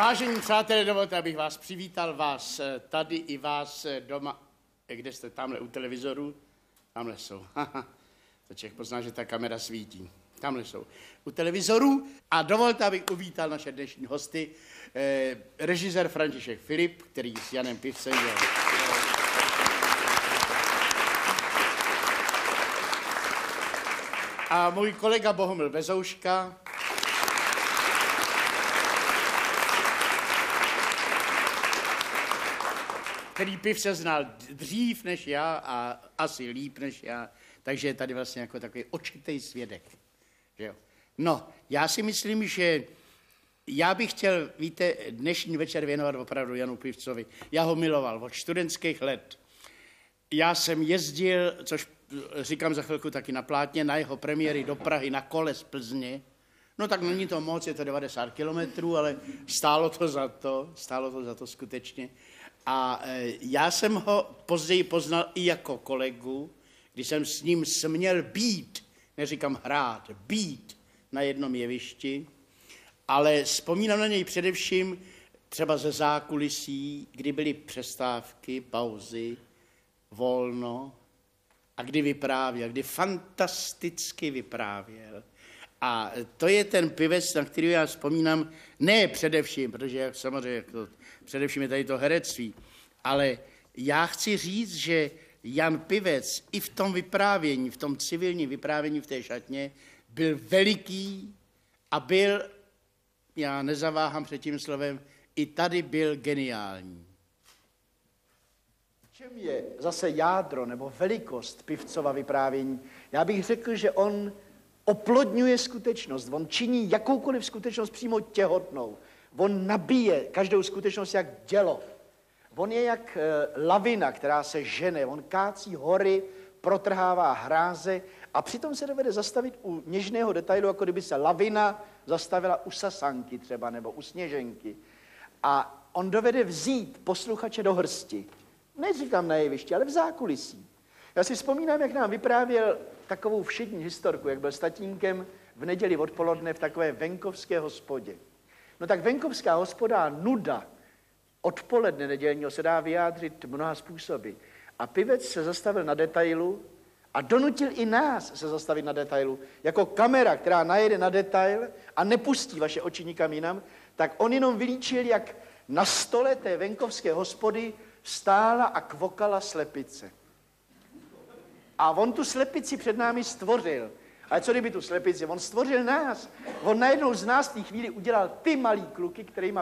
Vážení přátelé, dovolte, abych vás přivítal, vás tady i vás doma. Kde jste? Tamhle u televizoru? Tamhle jsou. To Čech pozná, že ta kamera svítí. Tamhle jsou. U televizoru. A dovolte, abych uvítal naše dnešní hosty. Režisér František Filip, který s Janem Pivcem dělal. A můj kolega Bohumil Bezouška. Který Pivce znal dřív než já a asi líp než já, takže je tady vlastně jako takový očitý svědek. Že jo? No, já si myslím, že já bych chtěl, víte, dnešní večer věnovat opravdu Janu Pivcovi. Já ho miloval od studentských let. Já jsem jezdil, což říkám za chvilku taky na Plátně, na jeho premiéry do Prahy na kole z Plzně. No tak není to moc, je to 90 kilometrů, ale stálo to za to skutečně. A já jsem ho později poznal i jako kolegu, když jsem s ním směl být, neříkám hrát, být na jednom jevišti, ale vzpomínám na něj především třeba ze zákulisí, kdy byly přestávky, pauzy, volno a kdy vyprávěl, kdy fantasticky vyprávěl. A to je ten Pivec, na který já vzpomínám, ne především, protože samozřejmě především je tady to herectví, ale já chci říct, že Jan Pivec i v tom vyprávění, v tom civilním vyprávění v té šatně, byl veliký a byl, já nezaváhám před tím slovem, i tady byl geniální. V čem je zase jádro nebo velikost Pivcova vyprávění? Já bych řekl, že on oplodňuje skutečnost, on činí jakoukoliv skutečnost přímo těhotnou. On nabíje každou skutečnost jak dělo. On je jak lavina, která se žene, on kácí hory, protrhává hráze a přitom se dovede zastavit u něžného detailu, jako kdyby se lavina zastavila u Sasanky třeba, nebo u Sněženky. A on dovede vzít posluchače do hrsti. Neříkám na jevišti, ale v zákulisí. Já si vzpomínám, jak nám vyprávěl takovou všední historku, jak byl s tatínkem v neděli odpoledne v takové venkovské hospodě. No tak venkovská hospoda, nuda odpoledne nedělního se dá vyjádřit mnoha způsoby. A Pivec se zastavil na detailu a donutil i nás se zastavit na detailu. Jako kamera, která najede na detail a nepustí vaše oči nikam jinam, tak on jenom vylíčil, jak na stole té venkovské hospody stála a kvokala slepice. A on tu slepici před námi stvořil. Ale co kdyby tu slepici? On stvořil nás. On najednou z nás v té chvíli udělal ty malý kluky, kterým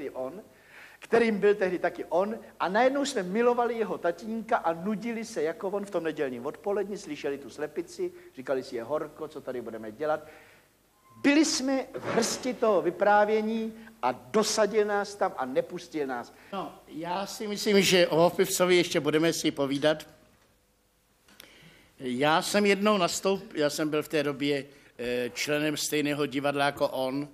byl tehdy taky on. A najednou jsme milovali jeho tatínka a nudili se jako on v tom nedělním odpoledni, slyšeli tu slepici, říkali si, je horko, co tady budeme dělat. Byli jsme v hrsti toho vyprávění a dosadil nás tam a nepustil nás. No, já si myslím, že o Pivcovi ještě budeme si povídat. Já jsem jednou já jsem byl v té době členem stejného divadla jako on.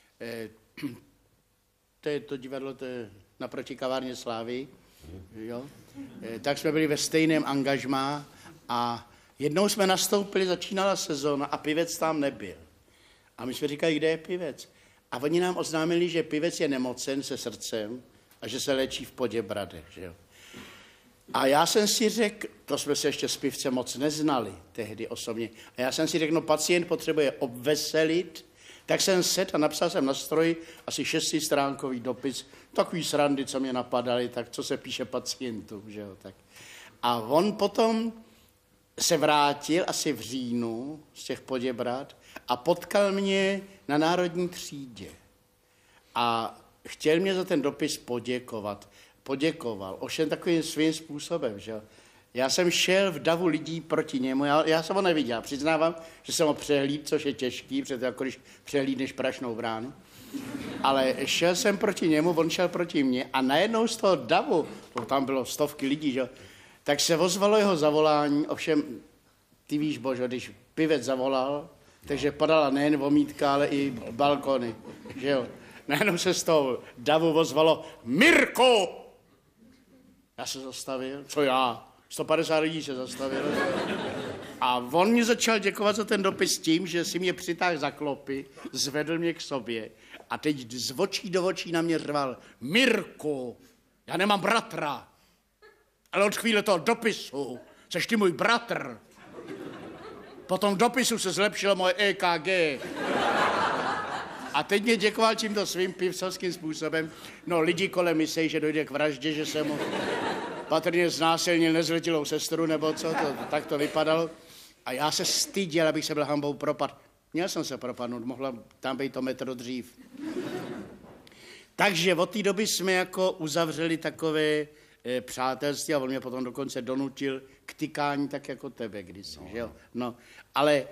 To divadlo, to je naproti kavárně Slávy. Jo? Tak jsme byli ve stejném angažmá a jednou jsme nastoupili, začínala sezóna a Pivec tam nebyl. A my jsme říkali, kde je Pivec? A oni nám oznámili, že Pivec je nemocen se srdcem a že se léčí v Poděbradech. Že jo? A já jsem si řekl, to jsme se ještě s Pivcem moc neznali tehdy osobně, a já jsem si řekl, no pacient potřebuje obveselit, tak jsem sedl a napsal jsem na stroji asi 6stránkový dopis, takový srandy, co mě napadaly, tak co se píše pacientům, že jo, tak. A on potom se vrátil asi v říjnu z těch Poděbrad a potkal mě na Národní třídě. A chtěl mě za ten dopis poděkoval, ovšem takovým svým způsobem, že jo. Já jsem šel v davu lidí proti němu, já jsem ho neviděl, přiznávám, že jsem ho přehlídl, což je těžký, protože jako když přehlídneš Prašnou bránu, ale šel jsem proti němu, on šel proti mně a najednou z toho davu, tam bylo stovky lidí, že jo, tak se ozvalo jeho zavolání, ovšem, ty víš, Božo, když Pivec zavolal, takže padala nejen vomítka, ale i balkony, že jo. Najednou se z toho davu ozvalo Mirko! Já se zastavil, co já? 150 lidí se zastavilo. A on mě začal děkovat za ten dopis tím, že si mě přitáhl za klopy, zvedl mě k sobě A teď z očí do očí na mě řval, Mirku, já nemám bratra, ale od chvíle toho dopisu seš ty můj bratr. Po tom dopisu se zlepšilo moje EKG. A teď mě děkoval tímto svým pivcovským způsobem. No, lidi kolem myslí, že dojde k vraždě, že jsem mu patrně znásilnil nezletilou sestru, nebo co, tak to vypadalo. A já se styděl, abych se byl hanbou propadl. Měl jsem se propadnout, mohla tam být to metr dřív. Takže od té doby jsme jako uzavřeli takové přátelství a on mě potom dokonce donutil k tykání, tak jako tebe kdysi, že jo? No, ale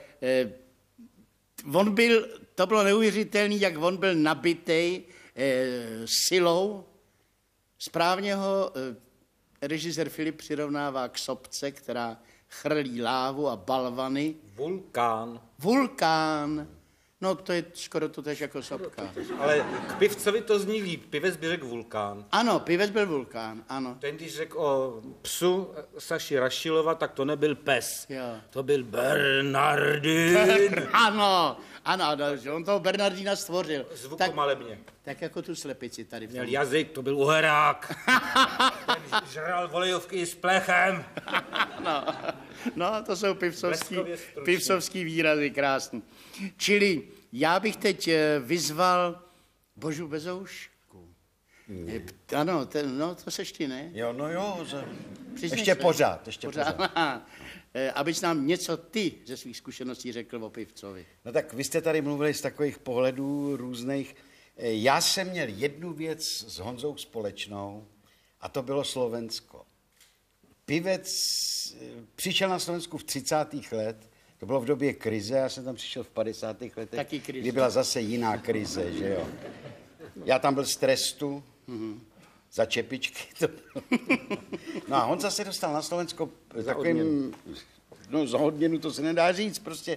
to bylo neuvěřitelné, jak on byl nabitej silou. Správně ho režisér Filip přirovnává k sopce, která chrlí lávu a balvany. Vulkán. No, to je skoro to tež jako sopka. Ale k pivcovi to zní líp. Pivec by řekl vulkán. Ano, pivec byl vulkán, ano. Ten, když řekl o psu Saši Rašilova, tak to nebyl pes. Jo. To byl Bernardín. Ano, on toho Bernardína stvořil. Zvukomalebně. Tak jako tu slepici tady. Měl jazyk, to byl uherák. Ten žral volejovky s plechem. No, to jsou pivcovský výrazy, krásný. Čili já bych teď vyzval Božu Bezoušku. Ano, to seš ty, ne? Jo, no jo, Ještě pořád. Abys nám něco ty ze svých zkušeností řekl o pivcovi. No tak vy jste tady mluvili z takových pohledů různých. Já jsem měl jednu věc s Honzou společnou a to bylo Slovensko. Pivec přišel na Slovensku v 30. let, to bylo v době krize, já jsem tam přišel v 50. letech, kdy byla zase jiná krize, že jo. Já tam byl z trestu, za čepičky. No a Honza se dostal na Slovensko takovým, za odměnu to se nedá říct, prostě.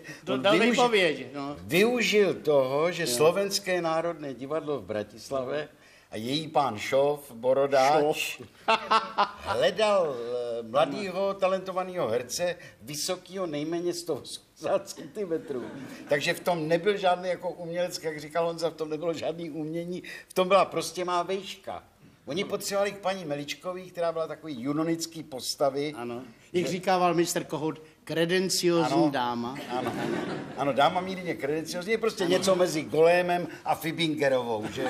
Využil toho, že Slovenské národné divadlo v Bratislave a její pán Šof, Borodáč, hledal mladého talentovaného herce, vysokého nejméně 180 cm. Takže v tom nebyl žádný jako umělec, jak říkal Honza, v tom nebylo žádný umění, v tom byla prostě má vejška. Oni potřebovali k paní Meličkový, která byla takový junonický postavy. Ano, jak říkával mistr Kohout, kredenciozní dáma. Ano, dáma mírně kredenciozní, je prostě něco mezi Golémem a Fibingerovou, že jo.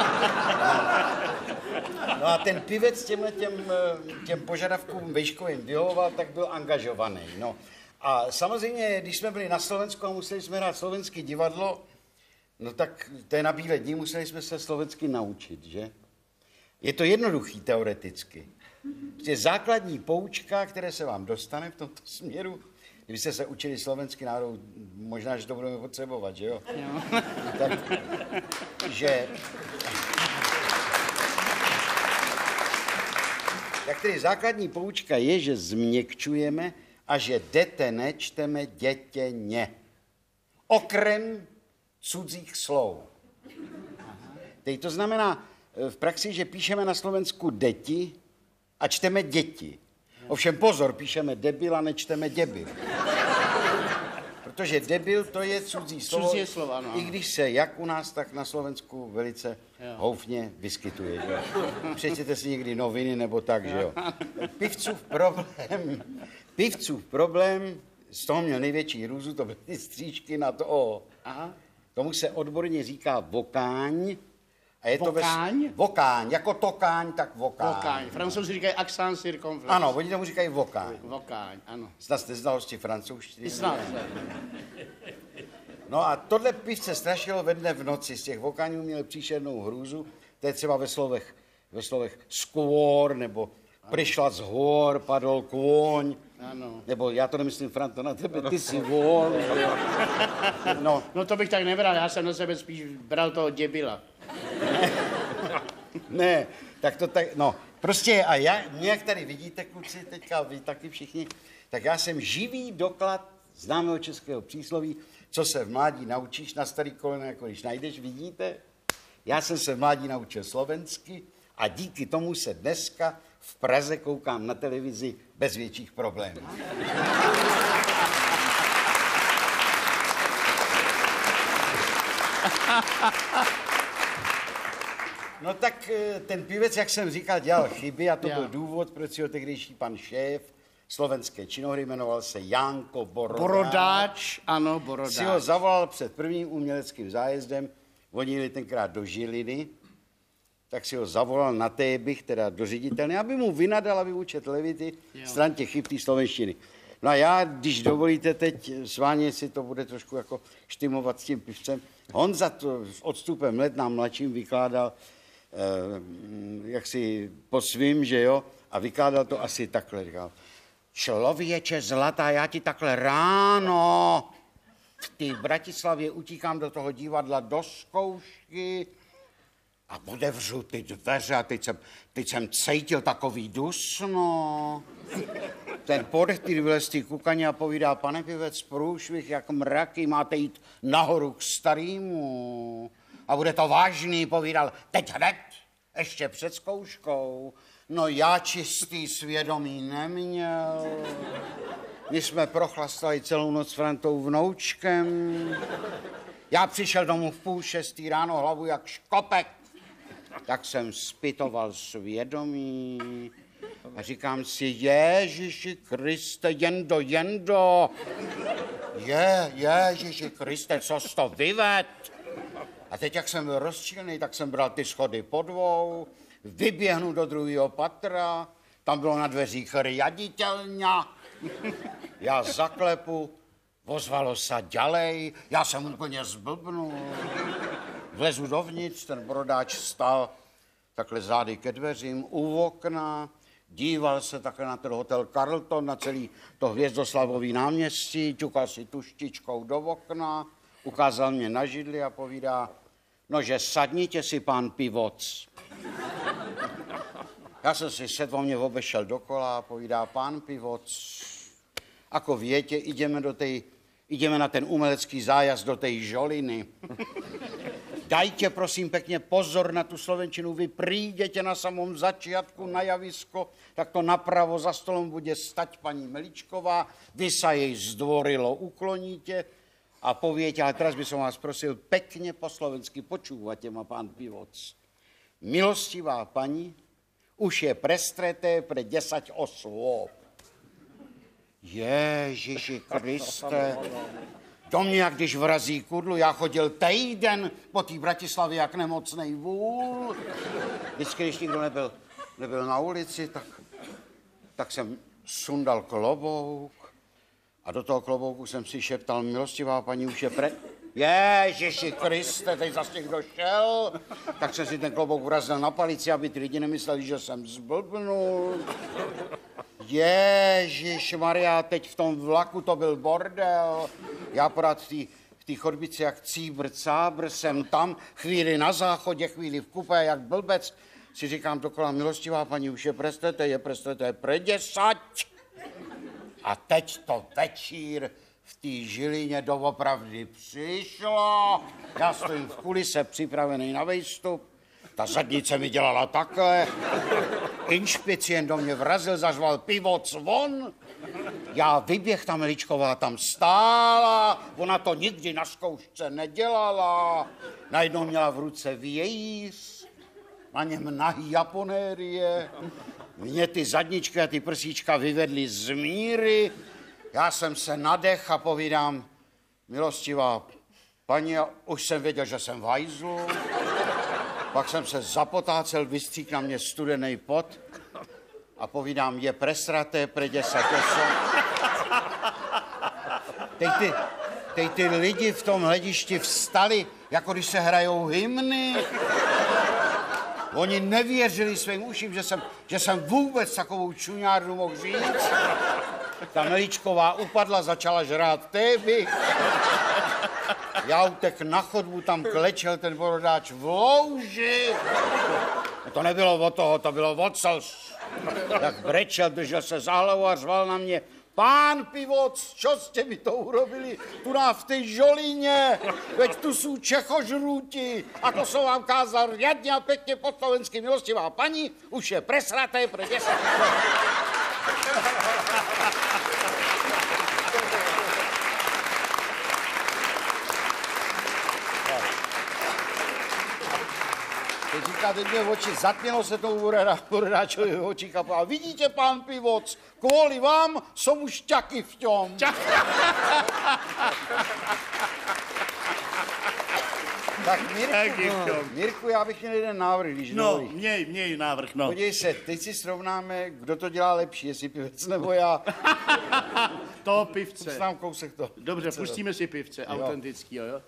No a ten pivec těm požadavkům vejškovým vyhovoval, tak byl angažovaný, no. A samozřejmě, když jsme byli na Slovensku a museli jsme hrát slovenské divadlo, no tak to je na bílé dní, museli jsme se slovensky naučit, že? Je to jednoduchý teoreticky. Prostě základní poučka, které se vám dostane v tomto směru, kdybyste se učili slovenský národ, možná, že to budeme potřebovat, že jo? Tak, že... Tak tedy základní poučka je, že změkčujeme a že jdete nečteme dětěně. Okrem cudzích slov. Teď to znamená v praxi, že píšeme na Slovensku deti a čteme děti. Ovšem pozor, píšeme debil a nečteme děbil. Protože debil to je cudzí slovo, ano. I když se jak u nás, tak na Slovensku velice houfně vyskytuje. Že? Přečtěte si někdy noviny nebo tak, že jo. Pivcův problém, z toho měl největší hrůzu, to byly ty stříčky na to O. Aha. Tomu se odborně říká vokáň. A je vokáň? To vokáň, jako tokáň, tak vokáň. Vokáň. Francouzi říkají accent circonflexe. Ano, oni tomu říkají vokáň. Vokáň, ano. Snad jste znalosti francouzštiny. Snad. No a tohle pivce strašilo ve dne v noci. Z těch vokáňů měl příšernou hrůzu. To je třeba ve slovech skôr, nebo přišla z hor, padl kôň. Ano. Nebo já to nemyslím, Franto, na tebe, ty jsi vor. No to bych tak nebral, já jsem na sebe spíš bral toho děbila. Ne, tak to tak, no, prostě a mě jak tady vidíte, kluci, teďka vy taky všichni, tak já jsem živý doklad známého českého přísloví, co se v mládí naučíš na starý koleno, jako když najdeš, vidíte? Já jsem se v mládí naučil slovensky a díky tomu se dneska v Praze koukám na televizi bez větších problémů. No tak ten pivec, jak jsem říkal, dělal chyby a to byl důvod, proč si ho tehdejší pan šéf slovenské činohry jmenoval se Jánko Borodáč. Borodáč, ano, Borodáč. Si ho zavolal před prvním uměleckým zájezdem, oni jeli tenkrát do Žiliny, tak si ho zavolal na Tébych, teda do ředitelny, aby mu vynadal a vyučet levity stran těch chyb té slovenštiny. No a já, když dovolíte teď, Sváně si to bude trošku jako štimovat s tím pivcem, Honza to s odstupem let nám mladším vykládal jaksi po svým, že jo, a vykládal to asi takhle, říkal, člověče zlatá, já ti takhle ráno v Bratislavě utíkám do toho divadla do zkoušky a otevřu ty dveře a teď jsem cítil takový dusno. Ten podech, který vylez z té kukaně a povídá, pane pivec, průšvih jak mraky, máte jít nahoru k starýmu. A bude to vážný, povídal, teď hned, ještě před zkouškou. No já čistý svědomí neměl. My jsme prochlastali celou noc s Frantou vnoučkem. Já přišel domů v 5:30 ráno, hlavu jak škopek. Tak jsem zpytoval svědomí a říkám si, Ježíši Kriste, Jendo. Ježíši Kriste, co jsi to vyved? A teď, jak jsem byl rozčílený, tak jsem bral ty schody po dvou, vyběhnu do druhého patra, tam bylo na dveřích riaditelňa, já zaklepu, ozvalo se ďalej, já jsem úplně zblbnul. Vlezu dovnitř, ten Borodáč stál takhle zády ke dveřím u okna, díval se takhle na ten hotel Carlton, na celý to Hvězdoslavový náměstí, ťukal si tuštičkou do okna, ukázal mě na židli a povídá, no že sadnite si, pán Pivoc. Já jsem si sedl, on mě obešel dokola a povídá, pán Pivoc, ako viete, ideme na ten umelecký zájazd do tej Žoliny. Dajte, prosím, pekne pozor na tu slovenčinu. Vy prídete na samom začiatku na javisko, tak to napravo za stolom bude stať pani Meličková, vy sa jej zdvorilo ukloníte a poviete, ale teraz by som vás prosil pekne po slovensky, počúvate ma, pán Pivoc. Milostivá pani, už je prestreté pre 10 osôb. Ježiši Kriste, do mě, jak když vrazí kudlu, já chodil týden po té Bratislavě jak nemocnej vůl. Vždycky, když nikdo nebyl na ulici, tak jsem sundal klobouk a do toho klobouku jsem si šeptal, milostivá paní, už je Ježiši Kriste, teď zase někdo šel, tak jsem si ten klobouk vrazil na palici, aby ty lidi nemysleli, že jsem zblbnul. Ježišmarja, teď v tom vlaku to byl bordel. Já pořád v té chodbici jak cíbr, jsem tam, chvíli na záchodě, chvíli v kupe, jak blbec. Si říkám dokola, milostivá paní, už je prestete pre 10. A teď to večír v té Žilině doopravdy přišlo. Já stojím v kulise připravený na výstup. Ta zadnice mi dělala takhle. Inšpicient do mě vrazil, zažval Pivoc von. Já vyběh, ta Meličková tam stála. Ona to nikdy na zkoušce nedělala. Najednou měla v ruce vějíř, na něm nahý japonérie. Mě ty zadničky a ty prsíčka vyvedly z míry. Já jsem se nadech a povídám, milostivá paní, už jsem věděl, že jsem v hajzlu. Pak jsem se zapotácel, vystřík na mě studený pot a povídám, je presraté pre 10 osob. Teď ty lidi v tom hledišti vstali, jako když se hrajou hymny. Oni nevěřili svým uším, že jsem vůbec takovou čuňárnu mohl říct. Ta Meličková upadla, začala žrát téby. Já utek na chodbu, tam klečel ten Borodáč v louži. To nebylo od toho, to bylo od slz. Jak brečel, držel se za hlavu a řval na mě. Pán Pivoc, čo ste mi to urobili tu v tej Žolíne? Veď tu sú Čechožrúti. Ako som vám kázal riadne a pekne po slovensky, milostivá pani, už je presraté pre 10. říká, teď mě oči, zatmělo se tomu Boredáčovi v očích a povedal, vidíte, pán Pivoc, kvůli vám jsou už ťaky v tom. Tak Mirku, já bych měl jeden návrh, když dovolíš. Měj návrh, no. Podívej se, teď si srovnáme, kdo to dělá lepší, jestli Pivec nebo já. To pivce. Pust nám kousek to. Dobře, pustíme si pivce, autentický, jo.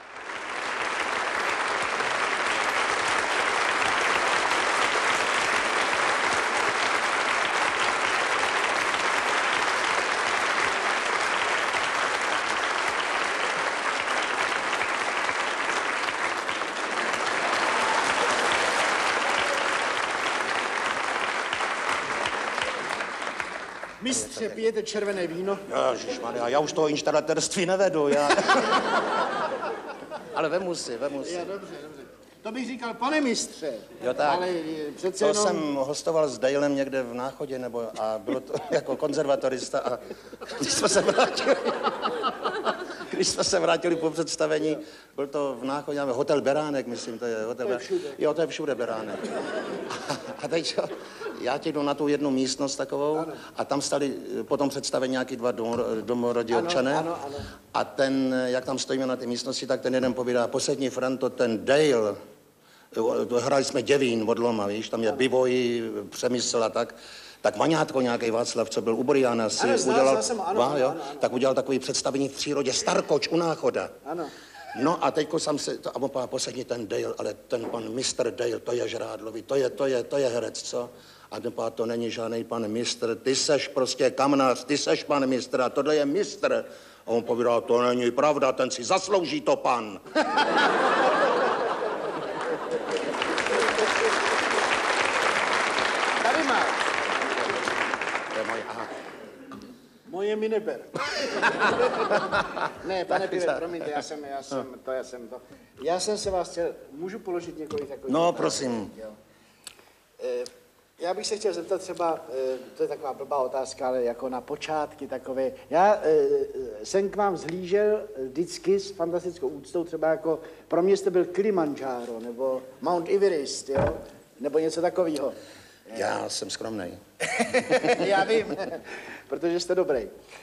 Mistře, pijete červené víno? Ježišmarja, já už toho instalatérství nevedu, já. Ale vemu si. Jo, dobře. To bych říkal, pane mistře. Jo, tak. Ale přece To jenom... jsem hostoval s Dalem někde v Náchodě, a bylo to jako konzervatorista a když jsme se vrátili po představení, byl to v Náchodě, hotel Beránek, myslím, to je hotel Beránek. Jo, to je všude Beránek. A teď já ti jdu na tu jednu místnost takovou a tam stali po tom představení nějaký dva domorodí občané. Ano. A ten, jak tam stojíme na té místnosti, tak ten jeden povídá, poslední Franto, ten Dale, hráli jsme Děvín od Loma, víš, tam je Bivoj, Přemysl a tak Maňátko nějaký Václav, co byl u Boriana, si udělal, tak udělal takový představení v přírodě Starkoč u Náchoda. Ano. No a teďko jsem se, a poslední ten Dale, ale ten pan Mr. Dale, to je žrádlový, to je herec, co? A ten pán, to není žádný pan mistr, ty seš prostě kamnář, ty seš pan mistr a tohle je mistr. A on povídal, to není pravda, ten si zaslouží to pan. Tady máš. To je moje, aha. Moje mi neber. Ne, pane Pive, promiňte, já jsem se vás chtěl, můžu položit několik takových No, otázek? prosím. Jo. Já bych se chtěl zeptat třeba, to je taková blbá otázka, ale jako na počátky takové. Já jsem k vám zhlížel vždycky s fantastickou úctou, třeba jako pro mě jste byl Kilimanjaro, nebo Mount Everest, jo? Nebo něco takového. Já jsem skromnej. Já vím, protože jste dobrý.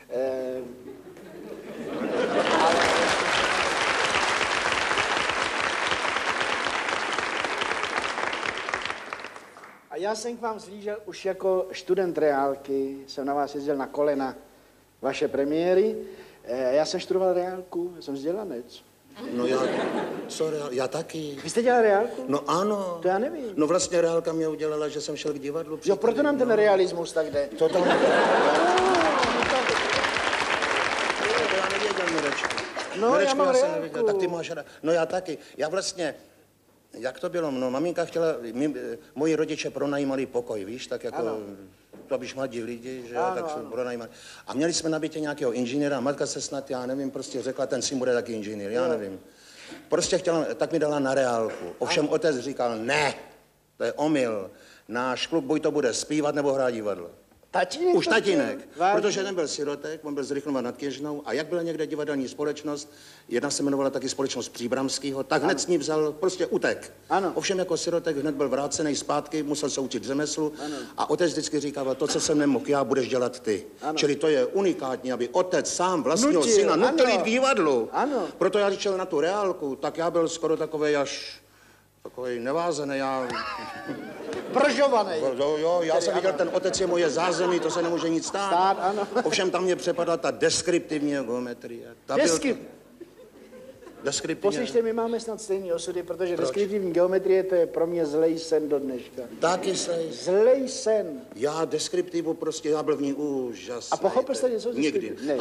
A já jsem k vám zhlížel už jako student reálky, jsem na vás jezdil na kolena vaše premiéry. Já jsem studoval reálku, já jsem vzdělanec. No já taky. Vy jste dělal reálku? No ano. To já nevím. No vlastně reálka mě udělala, že jsem šel k divadlu. Jo, proto nám ten realismus tak jde. To tam... To já nevěděl, Mirečku. No, Mirečku, já mám jsem reálku. nevěděl. Tak ty máš... No já taky. Já vlastně... Jak to bylo? No, maminka chtěla... Moji rodiče pronajímali pokoj, víš, tak jako... Ano. To byš mladí lidi, že ano, tak jsme pronajímali. A měli jsme na bytě nějakého inženýra, matka se snad, já nevím, prostě řekla, ten syn bude taky inženýr, já nevím. Prostě chtěla, tak mi dala na reálku. Ovšem otec říkal, ne, to je omyl. Náš kluk buď to bude zpívat, nebo hrát divadlo. Tatínek? Už tatínek, protože ten byl sirotek, on byl z Rychnova nad Kněžnou a jak byla někde divadelní společnost, jedna se jmenovala taky společnost Příbramského, tak hned s ní vzal, prostě utek. Ano. Ovšem jako sirotek hned byl vrácený zpátky, musel se učit řemeslu a otec vždycky říkal, to, co jsem nemohl já, budeš dělat ty. Ano. Čili to je unikátní, aby otec sám vlastního syna nutil jít k divadlu. Ano. Proto já, když šel na tu reálku, tak já byl skoro takovej až takovej nevázený, já... Prožovaný. Jo, já jsem viděl, ten otec je moje zázemí, to se nemůže nic stát. Ano. Ovšem tam mě přepadla ta deskriptivní geometrie. Deskriptivní. Poslyšte, my máme snad stejný osudy, protože deskriptivní geometrie, to je pro mě zlej sen do dneška. Taky sej. Zlej sen. Já deskriptivu prostě, já byl v ní úžasný. A pochopil jste něco z Nikdy. Ne,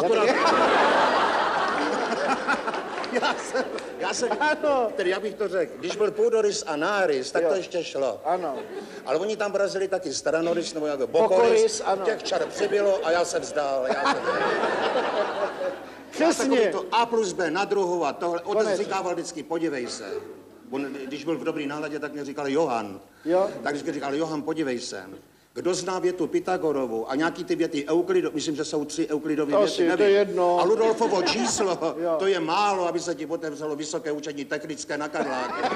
Já jsem, tedy já bych to řekl, když byl půdorys a nárys, tak to ještě šlo. Ano. Ale oni tam brazili taky staranorys, nebo jako bokorys, těch čar přibylo a já se vzdál. Přesně. To A plus B na druhou a tohle. Otec říkával vždycky, podívej se. On, když byl v dobrý náladě, tak mě říkal Johan. Jo. Tak vždycky říkal, Johan, podívej se. Kdo zná větu Pythagorovu a nějaký ty věty myslím, že jsou 3 Euklidovy věty, to je jedno. A Ludolfovo číslo, to je málo, aby se ti otevřelo vysoké učení technické na Karláku.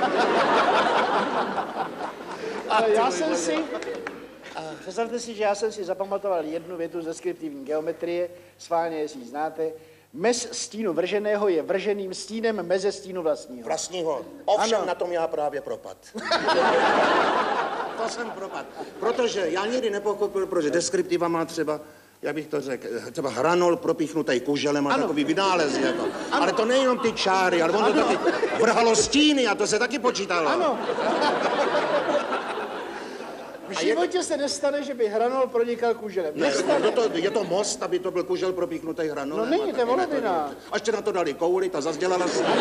Ale já jsem si... Představte si, že já jsem si zapamatoval jednu větu z deskriptivní geometrie, schválně, jestli ji znáte. Mez stínu vrženého je vrženým stínem meze stínu vlastního. Vlastního. Ovšem ano. Na tom já právě propad. To jsem propad. Protože já nikdy nepochopil, proč deskriptiva má třeba, jak bych to řekl, třeba hranol propíchnutý kuželem a takový vynález. Jako. Ale to nejenom ty čáry, ale on to taky vrhalo stíny a to se taky počítalo. Ano. V životě se nestane, že by hranol pronikal kuželem. Je to most, aby to byl kužel propíchnutý hranolem. No není, to je volovina. Až na to dali kouli, ta zase dělala se.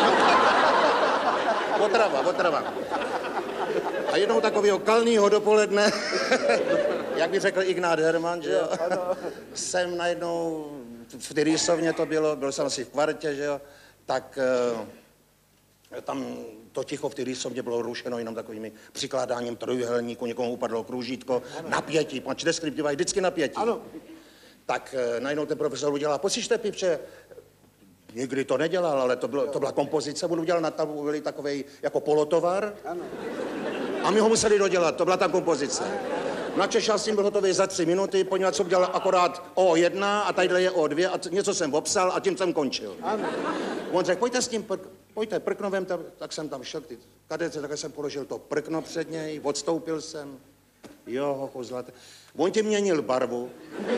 Otrava. A jednou takového kalného dopoledne, jak by řekl Ignát Herman, že jo, jsem najednou, v té rýsovně to bylo, byl jsem asi v kvartě, že jo, tak tam to ticho v té rýsovně bylo rušeno jenom takovými přikládáním trojúhelníku, někomu upadlo kružítko, napětí, pač deskriptiva je vždycky napětí. Ano. Tak najednou ten profesor udělá, poslyšte, Pipče, nikdy to nedělal, ale to byla kompozice, on udělal na tabuli takovej jako polotovar. Ano. A my ho museli dodělat, to byla ta kompozice. Načešal jsem byl hotový za 3 minuty, poněvadž jsem udělal akorát O1 a tadyhle je O2 a něco jsem obsal a tím jsem končil. Ano. On řekl, pojďte s tím, pojďte prknovem, tak jsem tam šel k kadece, takhle jsem položil to prkno před něj, odstoupil jsem. Jo, hochu zlaté. On ti měnil barvu.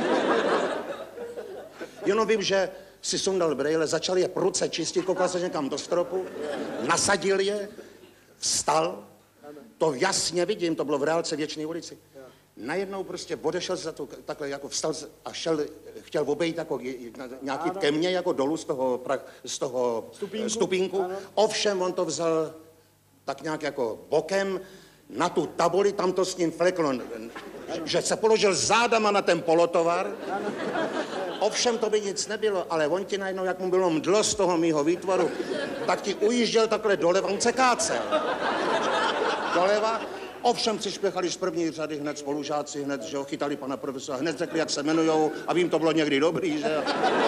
Jenom vím, že si sundal brejle, začal je pruce čistit, koukal se někam do stropu, nasadil je, vstal, to jasně vidím, to bylo v reálce Věčné ulici. Najednou prostě odešel za to, takhle jako vstal a chtěl obejít jako nějaký ke mně jako dolů z toho stupínku. Ovšem on to vzal tak nějak jako bokem na tu tabuli, tam to s ním fleklo, že se položil zádama na ten polotovar. Ovšem to by nic nebylo, ale on ti najednou, jak mu bylo mdlo z toho mýho výtvoru, tak ti ujížděl takhle doleva, on se kácel. Doleva. Ovšem přišpěchali z první řady hned spolužáci, hned, že ho chytali pana profesora, hned řekli, jak se jmenujou, aby jim to bylo někdy dobrý, že?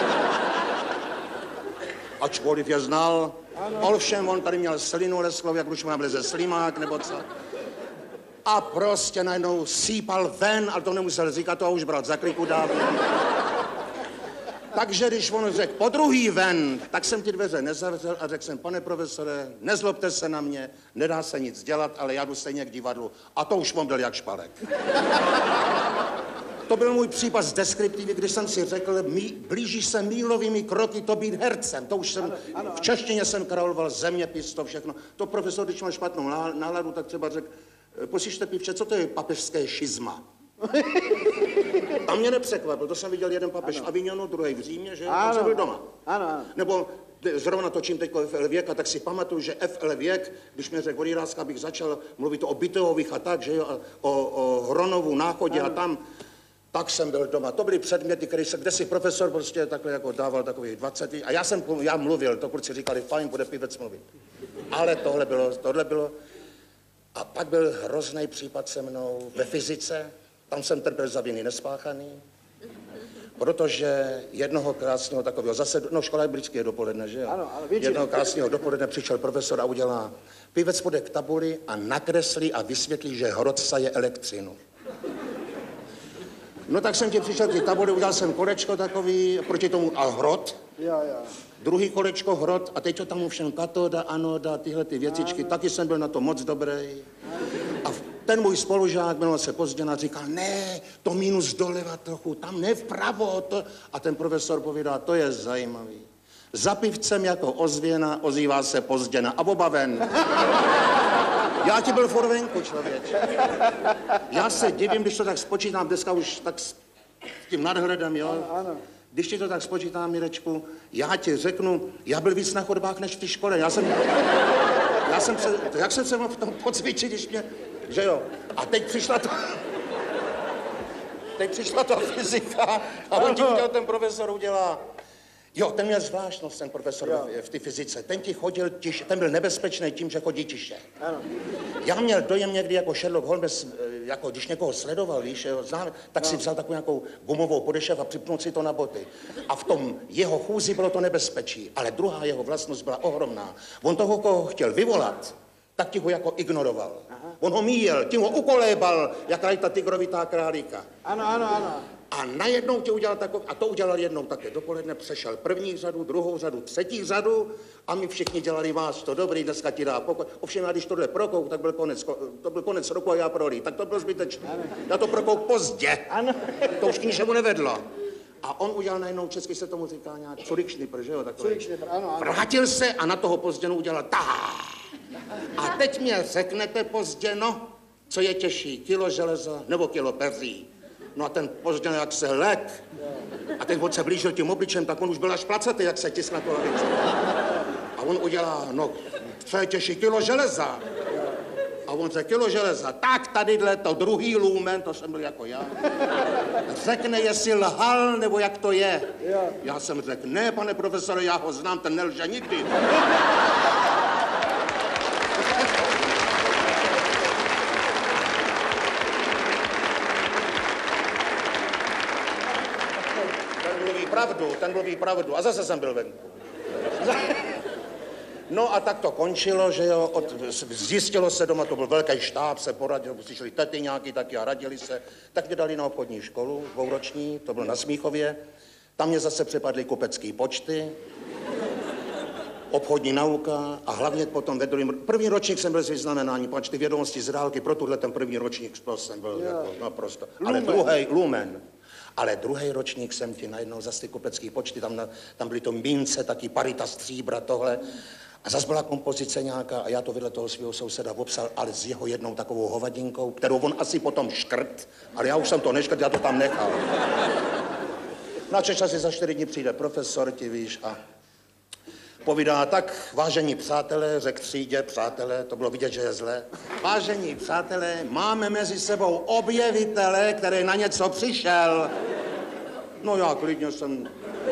Ačkoliv je znal. Ovšem, on tady měl slinu lesklou, jak už má vleze slimák, nebo co. A prostě najednou sípal ven, ale to nemusel říkat, to už bral za kliku dávno. Takže když on řekl po druhý ven, tak jsem ty dveře nezavřel a řekl jsem, pane profesore, nezlobte se na mě, nedá se nic dělat, ale já jdu stejně k divadlu. A to už on byl jak špalek. To byl můj případ z deskriptivy, když jsem si řekl, blížíš se mílovými kroky to být hercem. To už jsem, v češtině jsem karoloval zeměpis, to všechno. To profesor, když měl špatnou náladu, tak třeba řekl, poslyšte, Pipče, co to je papežské šizma? Tam mě nepřekvapil, to jsem viděl jeden papež v Avignonu, druhý v Římě, že? Tam jsem byl doma. Ano. Nebo zrovna točím teď F.L. Věka, tak si pamatuju, že F.L. Věk, když mě řekl od Jiráska, abych začal mluvit o Byteových a tak, že jo, o Hronovu náchodě a tam, tak jsem byl doma. To byly předměty, kde si profesor prostě takhle jako dával takových 20. A já mluvil, to kluci říkali, fajn, bude pivec mluvit. Ale tohle bylo. A pak byl hrozný případ se mnou ve fyzice. Tam jsem trpěl za viny nespáchaný, protože jednoho krásného takového, zase, škola je britské dopoledne, že jo? Ano, jednoho krásného dopoledne přišel profesor a udělá, pivec půjde k tabuli a nakreslí a vysvětlí, že hrot saje elektřinu. No tak jsem ti přišel k té tabuli, udělal jsem kolečko takový, proti tomu a hrot. Druhý kolečko hrot a teď to tam všem katoda, anoda, tyhle ty věcičky, taky jsem byl na to moc dobrý. A ten můj spolužák, jmenoval se Pozděna, říkal, ne, to minus doleva trochu, tam ne vpravo. To... A ten profesor povídá, to je zajímavý. Za pivcem jako ozvěna ozývá se Pozděna a oba ven. Já ti byl furt venku, člověče. Já se divím, když to tak spočítám, dneska už tak s tím nadhledem, jo. Ano. Když ti to tak spočítám, Mirečku, já ti řeknu, já byl víc na chodbách než v té škole. Jak jsem se mohl v tom pocvičit, když mě, že jo. A teď přišla to fyzika a on ti udělal, ten profesor udělá. Jo, ten měl zvláštnost, ten profesor v té fyzice. Ten ti chodil tiše, ten byl nebezpečný tím, že chodí tiše. Ano. Já měl dojem někdy jako Sherlock Holmes, jako když někoho sledoval, víš, znám, tak si vzal takovou nějakou gumovou podešev a připnul si to na boty. A v tom jeho chůzi bylo to nebezpečí, ale druhá jeho vlastnost byla ohromná. On toho, koho chtěl vyvolat, tak ti ho jako ignoroval. On ho míjel, tím ho ukolébal, jak ta tygrovitá králíka. Ano. A najednou tě udělal takový, a to udělal jednou také dopoledne, přešel první řadu, druhou řadu, třetí řadu a my všichni dělali vás to dobrý, dneska ti dá pokoj. Ovšem, já když tohle prokouk, tak to byl konec roku a já prolí, tak to bylo zbytečné. Já to prokouk pozdě, to už k ničemu nevedlo. A on udělal najednou, česky se tomu říká nějak curikšnipr, že jo, takový. Ano. Vrátil se a na toho Pozděnu udělal A teď mě řeknete, Pozděno, co je těžší, kilo železa nebo kilo peří? No a ten Pozděn jak se lek. A ten se blížil tím obličem, tak on už byl až placatý, jak se tisk na to lavice. A on udělá, no, co je těžší, kilo železa? A on řekl, kilo železa, tak tadyhle to druhý lumen, to jsem byl jako já, řekne, jestli lhal, nebo jak to je. Já jsem řekl, ne, pane profesore, já ho znám, ten nelže nikdy. Ten mluví pravdu. A zase jsem byl venku. No a tak to končilo, že jo, zjistilo se doma, to byl velký štáb, se poradil, přišli tety nějaký taky a radili se. Tak mě dali na obchodní školu, dvouroční, to bylo na Smíchově. Tam mě zase přepadly kupecký počty, obchodní nauka a hlavně potom ve první ročník jsem byl z vyznamenání, pač ty vědomosti z dálky, pro tuhle ten první ročník jsem byl jako naprosto. Ale lumen. Ale druhý ročník jsem ti najednou zase ty kupecký počty, tam byly to mince, taky parita stříbra, tohle. A zase byla kompozice nějaká a já to vedle toho svého souseda obsal, ale s jeho jednou takovou hovadinkou, kterou on asi potom škrt, ale já už jsem to neškrt, já to tam nechal. Na čas za 4 dny přijde profesor, ti víš, a povídá, tak, vážení přátelé, řekl třídě, přátelé, to bylo vidět, že je zlé. Vážení přátelé, máme mezi sebou objevitele, který na něco přišel. No já klidně jsem...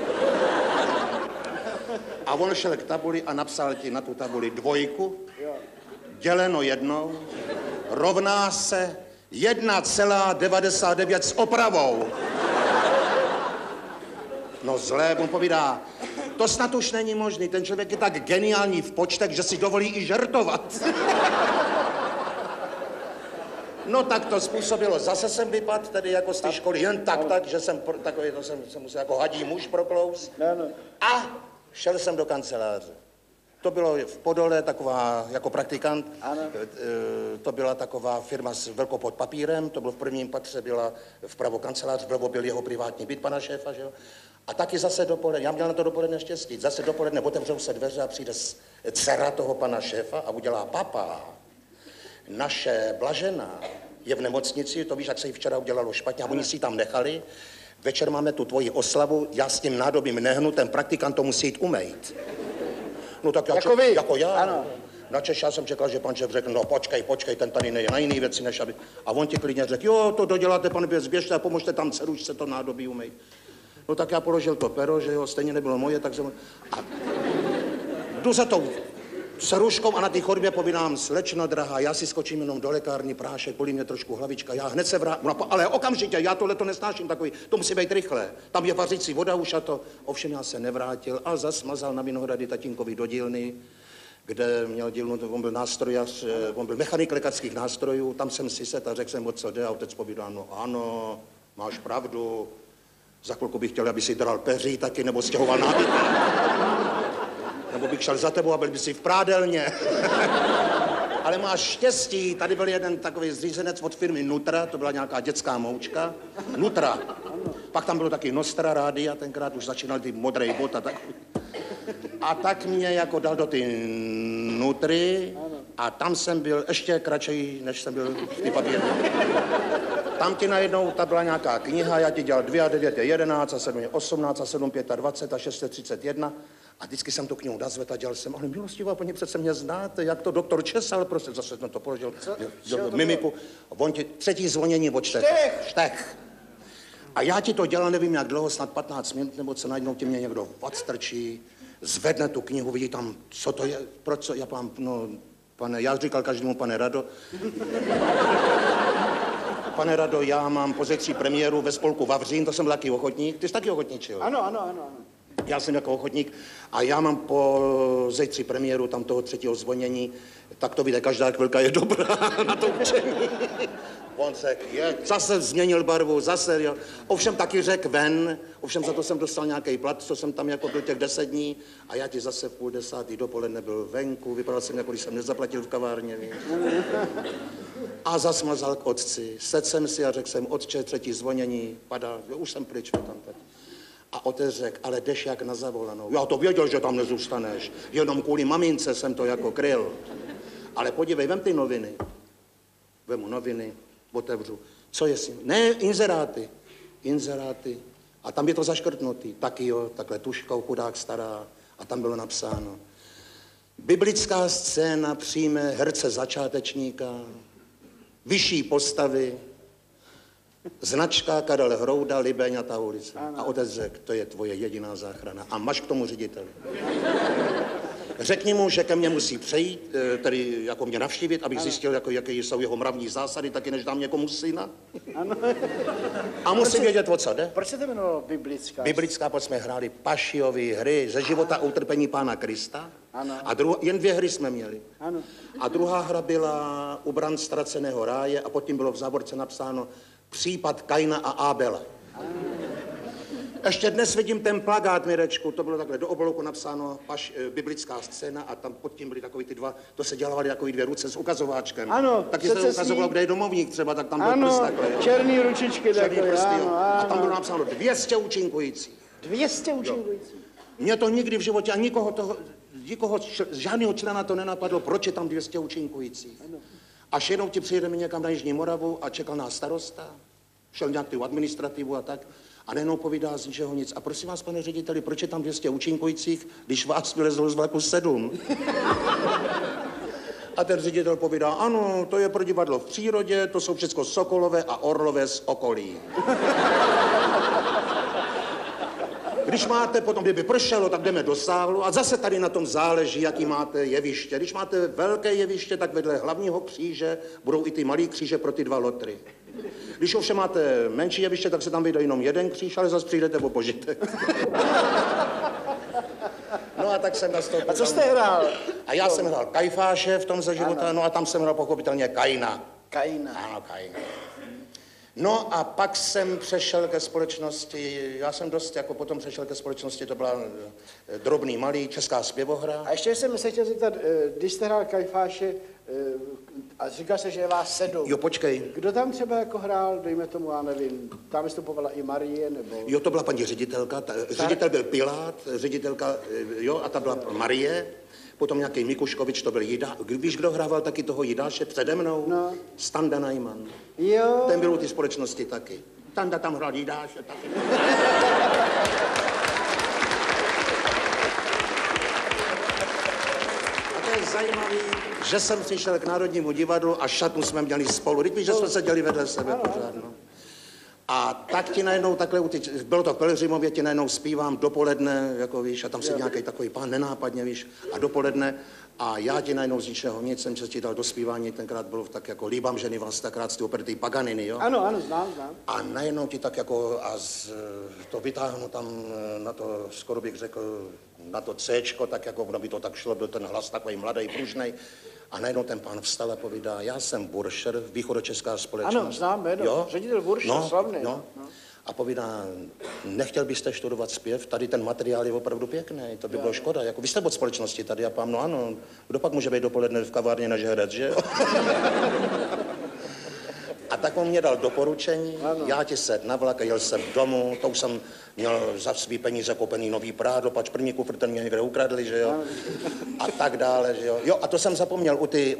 A on šel k tabuli a napsal ti na tu tabuli 2, děleno 1, rovná se 1,99 s opravou. No zlé, on povídá, to snad už není možný, ten člověk je tak geniální v počtech, že si dovolí i žertovat. No tak to způsobilo, zase jsem vypadl tedy jako z té školy, jen tak, že jsem takový, to jsem musel jako hadí muž proklous. A šel jsem do kanceláře. To bylo v Podole taková, jako praktikant, to byla taková firma s velkou pod papírem, to bylo v prvním patře, byla vpravo kancelář, vlevo byl jeho privátní byt pana šéfa, že jo. A taky zase dopoledne, já měl na to dopoledne štěstí, zase dopoledne otevřou se dveře a přijde dcera toho pana šéfa a udělá papa. Naše Blažena je v nemocnici, to víš, jak se jí včera udělalo špatně a oni si ji tam nechali. Večer máme tu tvoji oslavu, já s tím nádobím nehnu, ten praktikant to musí jít umýt. No tak jako já. Ano. Načež já jsem čekal, že pan šéf řekl, no počkej, ten tady neje na jiný věci, než aby... A on ti klidně řekl, jo, to doděláte, pane Běc, běžte a pomožte tam dceru, se to nádobí umýt. No tak já položil to pero, že jo, stejně nebylo moje, tak jsem... A jdu za tou dceruškou a na té chodbě povídám, slečno drahá, já si skočím jenom do lékárny, prášek, bolí mě trošku hlavička, já hned se vrátím, no, ale okamžitě, já tohle to nesnáším takový, to musí být rychle, tam je vařící voda už a to, ovšem já se nevrátil a zasmazal na Vinohrady tatínkovi do dílny, kde měl dílnu, on byl nástrojař, on byl mechanik lékařských nástrojů, tam jsem si set a řekl jsem, o co jde a otec povídá, no ano, máš pravdu, za chvilku bych chtěl, aby si dral peří taky, nebo stěhoval nábytek. Nebo bych šel za tebou a byl by si v prádelně. Ale máš štěstí, tady byl jeden takový zřízenec od firmy Nutra, to byla nějaká dětská moučka. Nutra. Pak tam bylo taky Nostra rádia, tenkrát už začínal ty modrý bot a tak. A tak mě jako dal do ty Nutry a tam jsem byl ještě kratší, než jsem byl v ty papíry. Tam ti najednou, ta byla nějaká kniha, já ti dělal 2 a 9 je 11 a 7 je 18 a 7 25 a 6 je 31. A vždycky jsem tu knihu nazvedl a dělal jsem, ale milostivá paní, přece mě znáte, jak to doktor Česal, prostě zase jsem to položil, mimiku. On ti, 3. zvonění od Štech. A já ti to dělal, nevím jak dlouho, snad 15 minut, nebo co najednou ti mě někdo odstrčí, zvedne tu knihu, vidí tam, co to je, proč, co, já pám, no, pane, já říkal každému pane Rado. pane Rado, já mám pozici premiéru ve spolku Vavřín, to jsem taky ochotník. Ty jsi taky ochotníčil? Ano. Já jsem jako ochotník a já mám po zejtři premiéru tam toho 3. zvonění, tak to víte, každá chvilka je dobrá na to učení. On řekl, zase změnil barvu, zase, jo. Ovšem taky řekl ven, ovšem za to jsem dostal nějaký plat, co jsem tam jako byl těch 10 dní a já ti zase v 9:30 dopoledne byl venku, vypadal jsem jako, když jsem nezaplatil v kavárně, víš. A zasmazal k otci, sedl jsem si a řekl jsem, otče, 3. zvonění, padá, už jsem pryč tam teď. A otec řekl, ale jdeš jak na zavolanou. Já to věděl, že tam nezůstaneš, jenom kvůli mamince jsem to jako kryl. Ale podívej, vem ty noviny. Vemu noviny, otevřu. Co je si? Ne, inzeráty. A tam je to zaškrtnutý. Taky jo, takhle tuškou, chudák stará. A tam bylo napsáno. Biblická scéna přijme herce začátečníka, vyšší postavy, značka Karel Hrouda, Libeňatá ulice. A otec řekl, to je tvoje jediná záchrana. A máš k tomu řediteli. Řekni mu, že ke mně musí přejít, tedy jako mě navštívit, abych zjistil, jako, jaké jsou jeho mravní zásady, taky než dám někomu syna. Ano. A musí vědět, o co jde. Proč se to jmenovalo biblická? Biblická, protože jsme hráli pašiové hry ze života a utrpení Pána Krista. Ano. A jen 2 hry jsme měli. Ano. A druhá hra byla Ubran ztraceného ráje a pod tím bylo v závorce napsáno Případ Kaina a Ábela. Ještě dnes vidím ten plakát, Mirečku, to bylo takhle do oblouku napsáno biblická scéna a tam pod tím byly takový ty 2, to se dělali takový 2 ruce s ukazováčkem. Ano, taky se ukazovalo, kde je domovník třeba, tak tam byl prst takhle. Černý ručičky takové, prsty, ano. A tam bylo napsáno 200 účinkujících. 200 účinkujících. Mě to nikdy v životě a nikoho, žádného člena to nenapadlo, proč je tam 200 účinkujících. Až jednou ti přijedeme někam na Jižní Moravu a čekal nás starosta, šel nějak tu administrativu a tak. A nejenom povídá z ničeho nic. A prosím vás, pane řediteli, proč je tam 200 účinkujících, když vás vylezlo z vlaku 7? A ten ředitel povídá, ano, to je pro divadlo v přírodě, to jsou všechno sokolové a orlové z okolí. Když máte potom, kdyby pršelo, tak jdeme do sálu a zase tady na tom záleží, jaký máte jeviště. Když máte velké jeviště, tak vedle hlavního kříže budou i ty malý kříže pro ty 2 lotry. Když ovšem máte menší jeviště, tak se tam vyjde jenom 1 kříž, ale zase přijdete o požitek. No a tak jsem nastoupil. A co jste hrál? A já jsem hrál Kajfáše v tom Za života, no a tam jsem hrál pochopitelně Kaina. Ano, Kaina. No a pak jsem přešel ke společnosti, já jsem dost jako potom přešel ke společnosti, to byla Drobný malý, česká zpěvohra. A ještě jsem se chtěl zeptat, když jste hrál Kajfáše, a říkal se, že je vás 7. Jo, počkej. Kdo tam třeba jako hrál, dejme tomu, já nevím, tam vystupovala i Marie, nebo... Jo, to byla paní ředitelka, ředitel byl Pilát, ředitelka, jo, a ta byla Marie, potom nějaký Mikuškovič, to byl Jida. Víš, kdo hrával taky toho Jidáše přede mnou? No. Standa Najman. Jo. Ten byl u té společnosti taky. Standa tam hrál Jidáše taky. A to je zajímavý, že jsem přišel k Národnímu divadlu a šatnu jsme měli spolu. Teď víš, že jsme seděli vedle sebe pořád, no. A tak ti najednou takhle, bylo to v Pelhřimově, ti najednou zpívám dopoledne, jako víš, a tam se nějaký takový pán nenápadně, víš, a dopoledne, a já ti najednou z ničeho nic jsem ti dal do zpívání, tenkrát bylo tak jako Líbám ženy vás, takrát z ty operety Paganiny, jo? Ano, znám. A najednou ti tak jako, to vytáhnu tam na to, skoro bych řekl, na to Cčko, tak jako, by to tak šlo, byl ten hlas takový mladý, pružnej. A najednou ten pán vstal a povídá, já jsem Buršer, východočeská společnost. Ano, znám jméno, ředitel Buršer, slavný. No. A povídá, nechtěl byste studovat zpěv, tady ten materiál je opravdu pěkný, to by bylo škoda. Jako, vy jste od společnosti tady a pán, no ano, kdo pak může být dopoledne v kavárně než herec, že jo? A tak on mě dal doporučení, já ti sedl na vlak a jel jsem domů, to už jsem měl za svý peníze koupený nový prádlo, pač první kufr ten mě někde ukradli, že jo? A tak dále, že jo? Jo, a to jsem zapomněl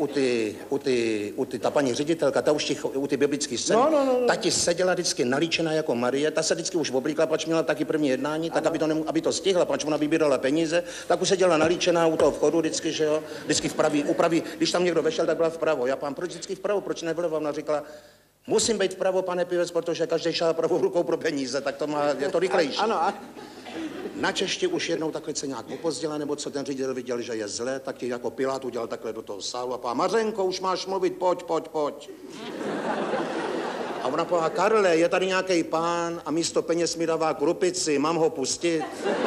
ta paní ředitelka, ta už u ty biblické scény, ta ti seděla vždycky nalíčená jako Marie, ta se vždycky už oblíkla, pač měla taky první jednání, tak aby to stihla, pač ona vybírala peníze, tak už seděla nalíčená u toho vchodu vždycky, že jo? Vždycky upraví, když tam někdo vešel, tak byla vpravo. Já pán, proč vždycky vpravo, proč nevlevo? Ona říkala, musím být vpravo, pane Pivec, protože každý šál pravou rukou pro peníze, tak je to rychlejší. Ano. Na čeště už jednou takhle se nějak upozděla, nebo co ten ředitel viděl, že je zle, tak ti jako Pilát udělal takhle do toho sálu a pán, Mařenko, už máš mluvit, pojď. A ona povídá, Karle, je tady nějaký pán a místo peněz mi dává krupici, mám ho pustit?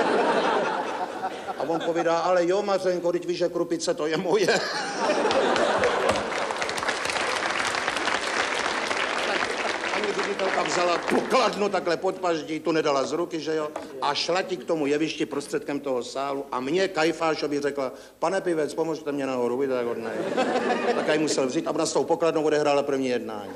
A on povídá, ale jo, Mařenko, teď víš, že krupice to je moje. Paní ředitelka vzala pokladnu takhle pod paždí, tu nedala z ruky, že jo, a šla ti k tomu jevišti prostředkem toho sálu a mě, Kajfášovi, řekla, pane Pivec, pomožte mě nahoru, víte, tak hodnej. Tak já musel vzít a ona s tou pokladnou odehrála první jednání.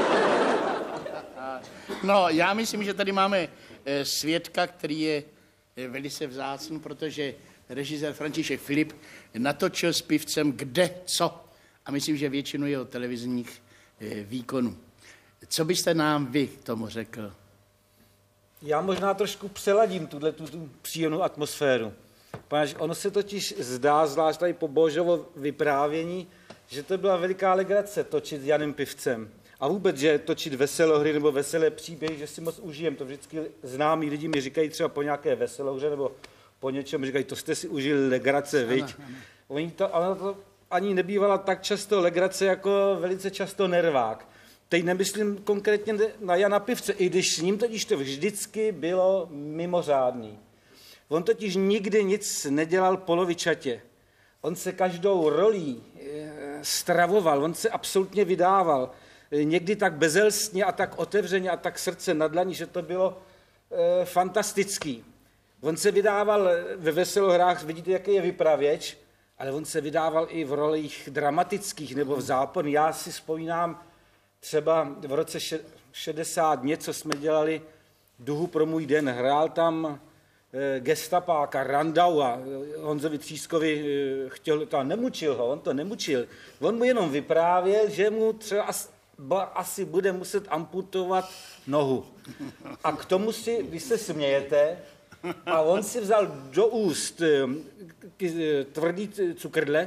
No, já myslím, že tady máme svědka, který je velice vzácný, protože režisér František Filip natočil s Pivcem kde co. A myslím, že většinu jeho televizních výkonů. Co byste nám vy k tomu řekl? Já možná trošku přeladím tu příjemnou atmosféru. Protože ono se totiž zdá, zvlášť tady po Božovo vyprávění, že to byla veliká legrace točit s Janem Pivcem. A vůbec, že točit veselohry nebo veselé příběhy, že si moc užijem. To vždycky známí lidi mi říkají třeba po nějaké veselohře nebo po něčem, říkají, to jste si užili legrace, viď? Ono to ani nebývala tak často legrace, jako velice často nervák. Teď nemyslím konkrétně na Jana Pivce, i když s ním totiž to vždycky bylo mimořádný. On totiž nikdy nic nedělal polovičatě. On se každou rolí stravoval, on se absolutně vydával. Někdy tak bezelstně a tak otevřeně a tak srdce na dlaní, že to bylo fantastický. On se vydával ve veselohrách, vidíte, jaký je vypravěč, ale on se vydával i v rolích dramatických nebo v záporných. Já si vzpomínám třeba v roce 60 něco jsme dělali Duhu pro můj den. Hrál tam gestapáka Randaua, Honzovi Třískovi chtěl, to nemučil ho, on to nemučil. On mu jenom vyprávěl, že mu třeba asi bude muset amputovat nohu. A k tomu si, vy se smějete, a on si vzal do úst tvrdý cukrdle,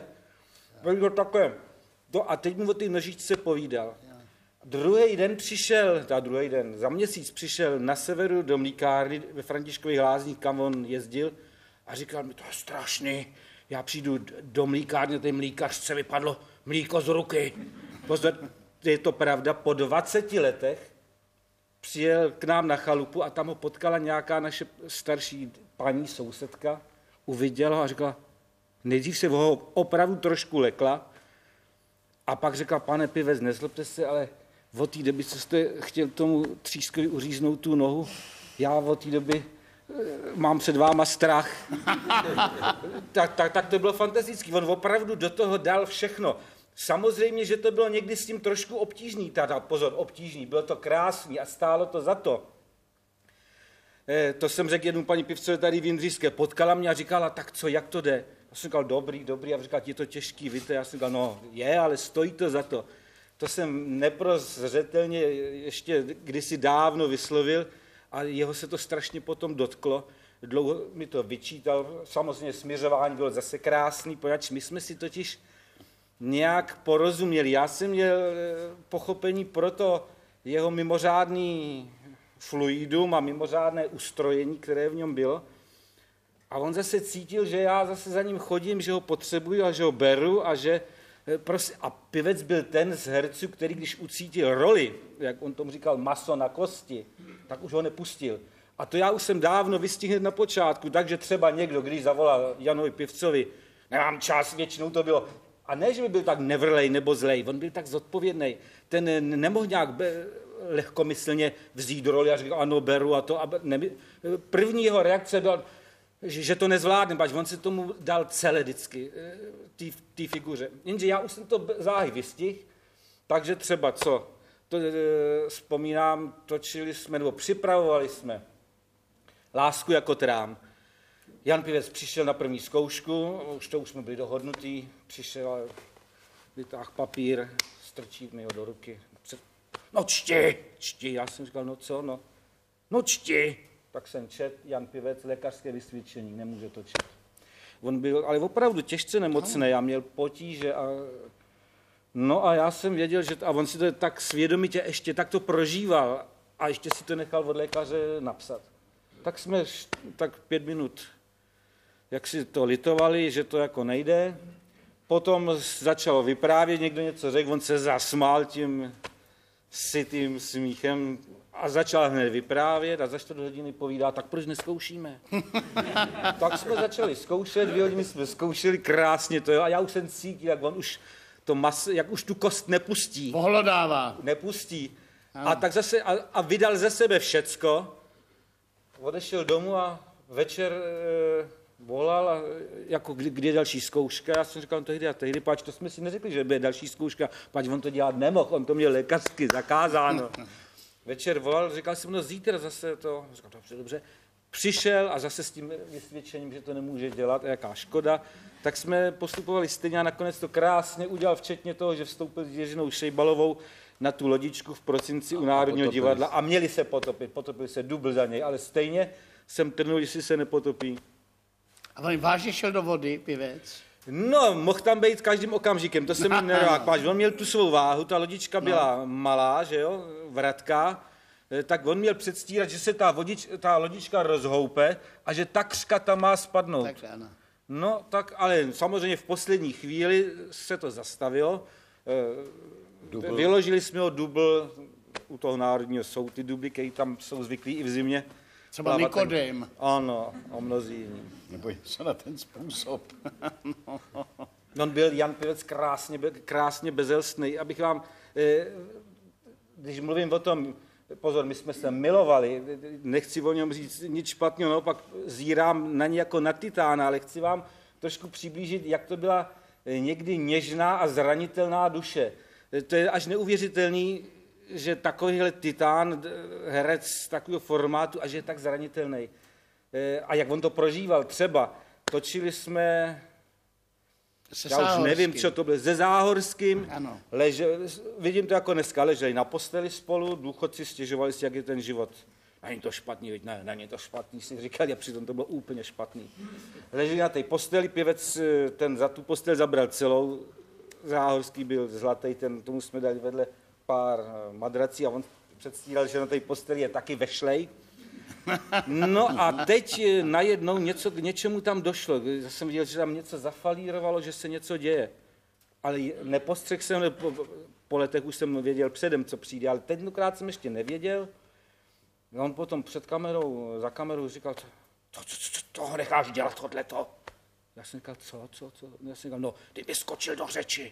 a teď mu o té nožičce povídal. Druhý den, za měsíc přišel na severu do mlíkárny ve Františkových Lázních, kam on jezdil, a říkal mi, to je strašný, já přijdu do mlíkárny, té mlíkařce vypadlo mlíko z ruky. Pozor, je to pravda, po 20 letech přijel k nám na chalupu a tam ho potkala nějaká naše starší paní sousedka, uviděla a říkala, nejdřív se ho opravdu trošku lekla a pak řekla, pane Pivec, nezlobte se, ale od té doby, co jste chtěl tomu Třískovi uříznout tu nohu, já od té doby mám před váma strach. tak to bylo fantastický. On opravdu do toho dal všechno. Samozřejmě, že to bylo někdy s tím trošku obtížný. Obtížný. Bylo to krásný a stálo to za to. To jsem řekl jednou paní Pivcovi tady v Jindřišské. Potkala mě a říkala, tak co, jak to jde? Já jsem říkal, dobrý. A říkala, je to těžký, víte? Já jsem říkal, no je, ale stojí to za to. To jsem neprozřetelně ještě kdysi dávno vyslovil a jeho se to strašně potom dotklo. Dlouho mi to vyčítal, samozřejmě směřování bylo zase krásný, poněvadž my jsme si totiž nějak porozuměli. Já jsem měl pochopení pro to jeho mimořádný fluidum a mimořádné ustrojení, které v něm bylo. A on zase cítil, že já zase za ním chodím, že ho potřebuju a že ho beru a že a Pivec byl ten z herců, který když ucítil roli, jak on tomu říkal, maso na kosti, tak už ho nepustil. A to já už jsem dávno vystihl na počátku, takže třeba někdo, když zavolal Janovi Pivcovi, nemám čas, většinou to bylo. A ne, že by byl tak nevrlej nebo zlej, on byl tak zodpovědný. Ten nemohl nějak lehkomyslně vzít roli a říct, ano, beru a to. První jeho reakce byla, že to nezvládne, pač on se tomu dal celé vždycky, té figuře. Jenže já už jsem to záhy vystihl, takže třeba co? To, vzpomínám, točili jsme, nebo připravovali jsme Lásku jako trám. Jan Pivec přišel na první zkoušku, už jsme byli dohodnutí, přišel, vytáhl papír, strčí mi ho do ruky. No čti, já jsem říkal, no co, no čti. Tak jsem četl, Jan Pivec, lékařské vysvědčení, nemůže to čet. On byl ale opravdu těžce nemocný, já měl potíže no a já jsem věděl, že a on si to tak svědomitě ještě tak to prožíval a ještě si to nechal od lékaře napsat. Tak jsme tak 5 minut, jak si to litovali, že to jako nejde. Potom začalo vyprávět, někdo něco řekl, on se zasmál tím sytým smíchem a začal hned vyprávět a za 4 hodiny povídá, tak proč neskoušíme? Tak jsme začali zkoušet, 2 hodiny jsme zkoušeli krásně to, jo, a já už jsem cítil, jak on už to jak už tu kost nepustí. Pohlodává. Nepustí. A tak zase, a vydal ze sebe všecko, odešel domů a večer volal, a jako kdy je další zkouška. Já jsem říkal, tehdy a tehdy, páč, to jsme si neřekli, že bude další zkouška, páč, on to dělat nemohl, on to měl lékařsky zakázáno. Večer volal, říkal jsem, no zítra zase to, říkal, dobře. Přišel a zase s tím vysvědčením, že to nemůže dělat a jaká škoda, tak jsme postupovali stejně a nakonec to krásně udělal, včetně toho, že vstoupil s Jiřinou Šejbalovou na tu lodičku v prosinci u Národního divadla a měli se potopil se dubl za něj, ale stejně jsem trnul, jestli se nepotopí. A on vážně šel do vody, Pivec? No, mohl tam být každým okamžikem, to se mi nedá. On měl tu svou váhu, ta lodička byla malá, že jo, vratká, tak on měl předstírat, že se ta lodička rozhoupe a že takřka tam má spadnout. Tak ano. No, tak ale samozřejmě v poslední chvíli se to zastavilo. Vyložili jsme ho dubl u toho národního, jsou ty dubly, které tam jsou zvyklí i v zimě. Třeba Nikodem. Ano, a mnozí jiní. Nebo se na ten způsob. On byl Jan Pivec krásně bezelstný. Abych vám, když mluvím o tom, pozor, my jsme se milovali, nechci o něm říct nic špatného, naopak zírám na ně jako na titána, ale chci vám trošku přiblížit, jak to byla někdy něžná a zranitelná duše. To je až neuvěřitelný, že takovýhle titán, herec takového formátu, a že je tak zranitelný. A jak on to prožíval, třeba točili jsme, já už nevím, co to bylo, se Záhorským, vidím to jako dneska, leželi na posteli spolu, důchodci stěžovali si, jak je ten život. Není to špatný, ne, není to špatný, si říkali, a přitom to bylo úplně špatný. Leželi na té posteli, Pěvec ten za tu postel zabral celou, Záhorský byl zlatý, tomu jsme dali vedle pár madrací a on předstíral, že na té posteli je taky vešlej. No a teď najednou k něčemu tam došlo. Já jsem viděl, že tam něco zafalírovalo, že se něco děje. Ale nepostřehl jsem, po letech už jsem věděl předem, co přijde, ale tentokrát jsem ještě nevěděl. A on potom za kamerou říkal, toho necháš dělat tohleto. Já jsem říkal, co? Já jsem říkal, no, kdyby skočil do řeči.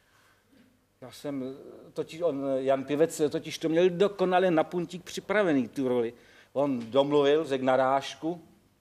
Jan Pivec totiž to měl dokonale na puntík připravený, tu roli. On domluvil, řekl narážku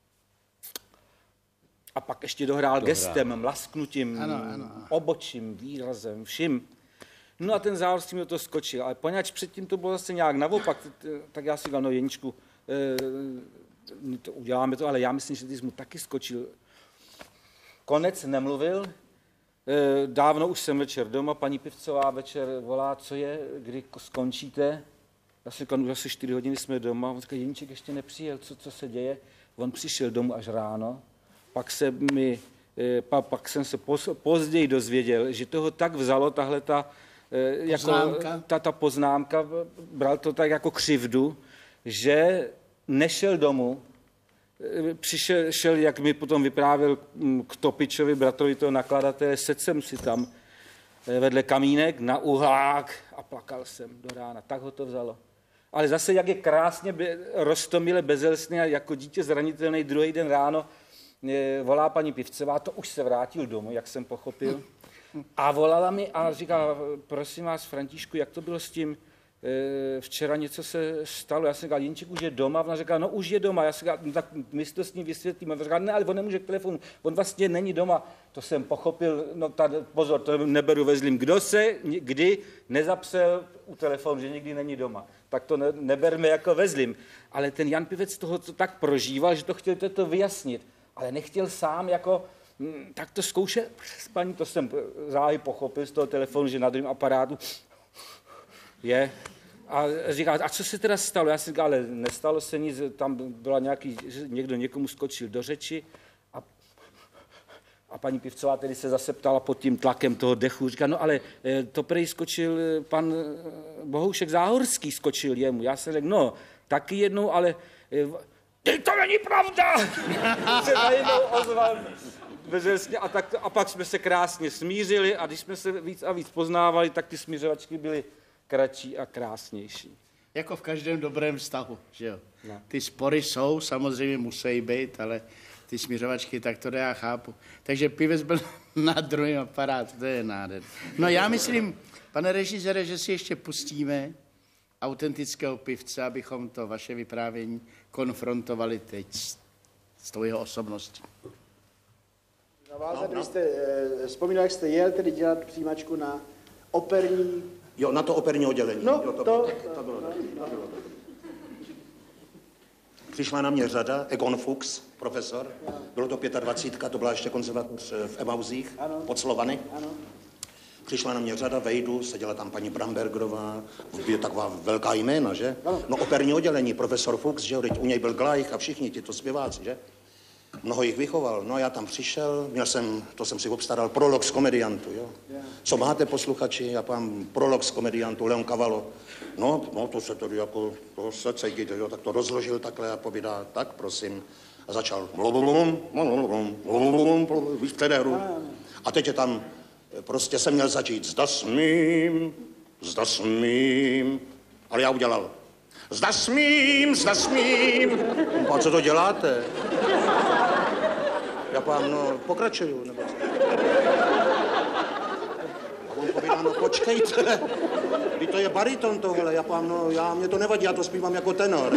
a pak ještě dohrál gestem, mlasknutím, obočím, výrazem, vším. No a ten Záhorský mi to skočil, ale poněvadž předtím to bylo zase nějak naopak, tak já si říkal, no Jeničku, to uděláme to, ale já myslím, že ty jsi mu taky skočil. Konec, nemluvil. Dávno už jsem večer doma, paní Pivcová večer volá, co je, kdy skončíte. Já jsem říkal, už asi 4 hodiny jsme doma. On říkal, Jeníček ještě nepřijel, co se děje. On přišel domů až ráno, pak jsem se později dozvěděl, že toho tak vzalo tahle ta poznámka, bral to tak jako křivdu, že nešel domů, šel, jak mi potom vyprávěl k Topičovi, bratrovi toho nakladatele, sedl jsem si tam vedle kamínek na uhlák a plakal jsem do rána. Tak ho to vzalo. Ale zase, jak je krásně roztomile bezelstný a jako dítě zranitelný, druhý den ráno volá paní Pivcová, to už se vrátil domů, jak jsem pochopil. A volala mi a říká, prosím vás, Františku, jak to bylo s tím? Včera něco se stalo, já jsem říkal, Jenček už je doma, ona říká, no už je doma, já jsem říkal, no, tak my to s ním vysvětlíme, ona říká, ne, ale on nemůže k telefonu, on vlastně není doma, to jsem pochopil, no pozor, to neberu ve zlým, kdo se kdy nezapsal u telefonu, že nikdy není doma, tak to neberme jako ve zlým, ale ten Jan Pivec toho to tak prožíval, že to chtěl to vyjasnit, ale nechtěl sám jako, tak to zkoušel, paní, to jsem záhy pochopil z toho telefonu, že na druhém aparátu je. A říká, a co se teda stalo? Já jsem říkal, ale nestalo se nic, tam byla někdo někomu skočil do řeči a paní Pivcová tedy se zase ptala pod tím tlakem toho dechu, říká, no ale to prej skočil pan Bohoušek Záhorský, skočil jemu. Já jsem řekl, no, taky jednou, ale to není pravda! Se najednou ozval bezelstně a pak jsme se krásně smířili a když jsme se víc a víc poznávali, tak ty smířovačky byly kratší a krásnější. Jako v každém dobrém vztahu, že jo. No. Ty spory jsou, samozřejmě musí být, ale ty směřovačky, tak to já chápu. Takže Pivec byl na druhém aparátu, to je nádherné. No já myslím, pane režisére, že si ještě pustíme autentického pivce, abychom to vaše vyprávění konfrontovali teď s tou jeho osobností. Navázat, když jste vzpomínal, jak jste jel tedy dělat přijímačku na operní... Jo, na to operní oddělení. No, jo, to bylo tak. Přišla na mě řada, Egon Fuchs, profesor, bylo to 25, to byla ještě konzervatoř v Emauzích, pod Slovany. Ano. Přišla na mě řada, vejdu, seděla tam paní Brambergerová, je taková velká jména, že? No operní oddělení, profesor Fuchs, že jo, teď u něj byl Gleich a všichni tito zpěváci, že? Mnoho jich vychoval, no já tam přišel, to jsem si obstaral, prolog z komediantu, jo. Co máte, posluchači, já mám prolog z komediantu, Leon Cavallo. No, to se tady jako, to se cítíte, jo, tak to rozložil takhle a povídá, tak prosím. A začal, víš, v předehru. A teď je tam, prostě jsem měl začít, zda smím, ale já udělal, zda smím. A co to děláte? Já pám, no, pokračuju, nebo co? A on povídá, no, počkejte, kdy to je bariton tohle, já pám, no, mě to nevadí, já to zpívám jako tenor.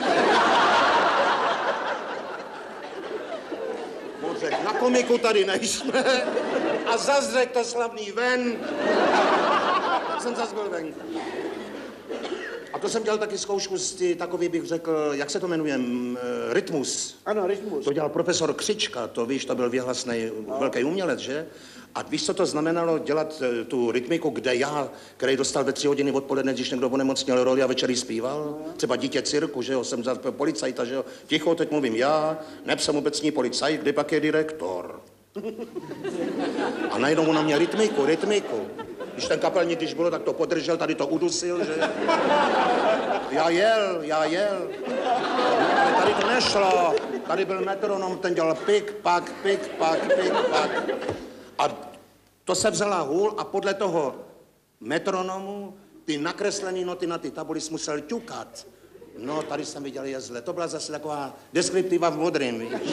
On řekl, na komiku tady nejsme a zas řekl to slavný ven. Jsem zas byl venku. A to jsem dělal taky zkoušku takový bych řekl, jak se to jmenuje, rytmus. Ano, rytmus. To dělal profesor Křička, to víš, to byl věhlasný velký umělec, že? A víš, co to znamenalo dělat tu rytmiku, kde já, který dostal ve 3 hodiny odpoledne, když někdo onemocněl roli a večer jí zpíval? Třeba Dítě cirku, že jo, jsem za policajta, že jo? Ticho, teď mluvím já, neb jsem obecní policajt, kdy pak je direktor. A najednou na mě rytmiku. Když ten kapelník, když bylo, tak to podržel, tady to udusil, že? Já jel. No, ale tady to nešlo. Tady byl metronom, ten dělal pik, pak. A to se vzala hůl a podle toho metronomu ty nakreslené noty na ty tabuli jsi musel ťukat. No, tady jsem viděl jezle. To byla zase taková deskriptiva v modrým, víš.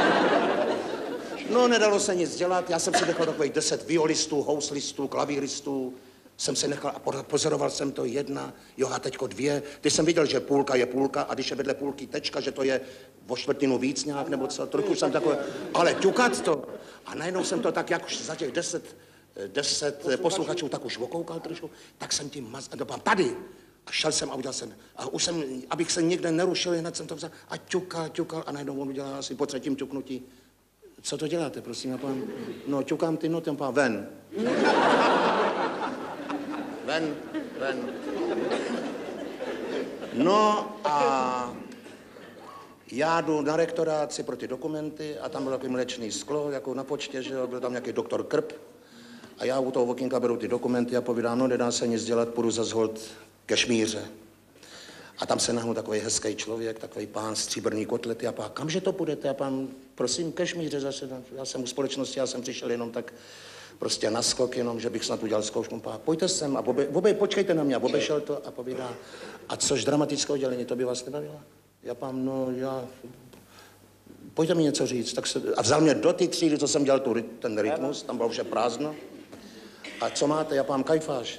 No, nedalo se nic dělat, já jsem si nechal takových 10 violistů, houslistů, klavíristů, jsem si nechal a pozoroval jsem to 1, jo a teďko 2, teď jsem viděl, že půlka je půlka a když je vedle půlky tečka, že to je o čtvrtinu víc nějak nebo co, trochu jsem takové, ale ťukat to. A najednou jsem to tak, jak už za těch 10 posluchačů, tak už okoukal trošku, tak jsem tím tady. A šel jsem a udělal jsem, a už jsem, abych se někde nerušil, hned jsem to vzal a ťukal a najednou on udělal asi po 3. ťuknutí. Co to děláte, prosím, já pán? No, ťukám ty noty, pán, ven. Ven. No a já jdu na rektoráci pro ty dokumenty a tam bylo takový mléčný sklo, jako na počtě, že jo, byl tam nějaký doktor Krp. A já u toho okýnka beru ty dokumenty a povídám, no, nedá se nic dělat, půjdu zas holt ke šmíře. A tam se nahnul takový hezký člověk, takový pán, stříbrný kotlety a pán, kamže to půjdete? A pán, prosím, ke šmíře zase, já jsem u společnosti, já jsem přišel jenom tak prostě na skok, jenom, že bych snad udělal zkoušku. Pán, pojďte sem a obej, počkejte na mě. A obešel to a povídá, a což dramatické oddělení, to by vás nebavilo? Já pán, no pojďte mi něco říct. A vzal mě do té třídy, co jsem dělal ten rytmus, tam bylo vše prázdno. A co máte? Já pán, kajfáš.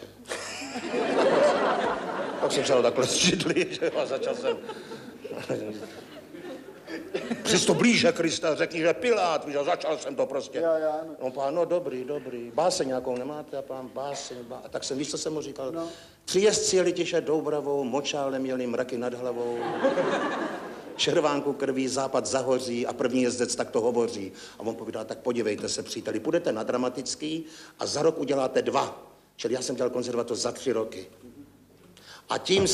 Tak jsem šel takhle z židli, že a začal jsem. Přistup blíže, Krista, řekni, že Pilát, víš, a začal jsem to prostě. No pán, no dobrý. Báseň nějakou nemáte? A pán, báseň. A tak jsem, víš, co jsem mu říkal? No. 3 jezdci jeli tiše Doubravou, močálem měli mraky nad hlavou. Červánku krví, západ zahoří a první jezdec tak to hovoří. A on povídá, tak podívejte se, příteli, půjdete na dramatický a za rok uděláte 2. Čili já jsem dělal konzervatoř za 3 roky. A tím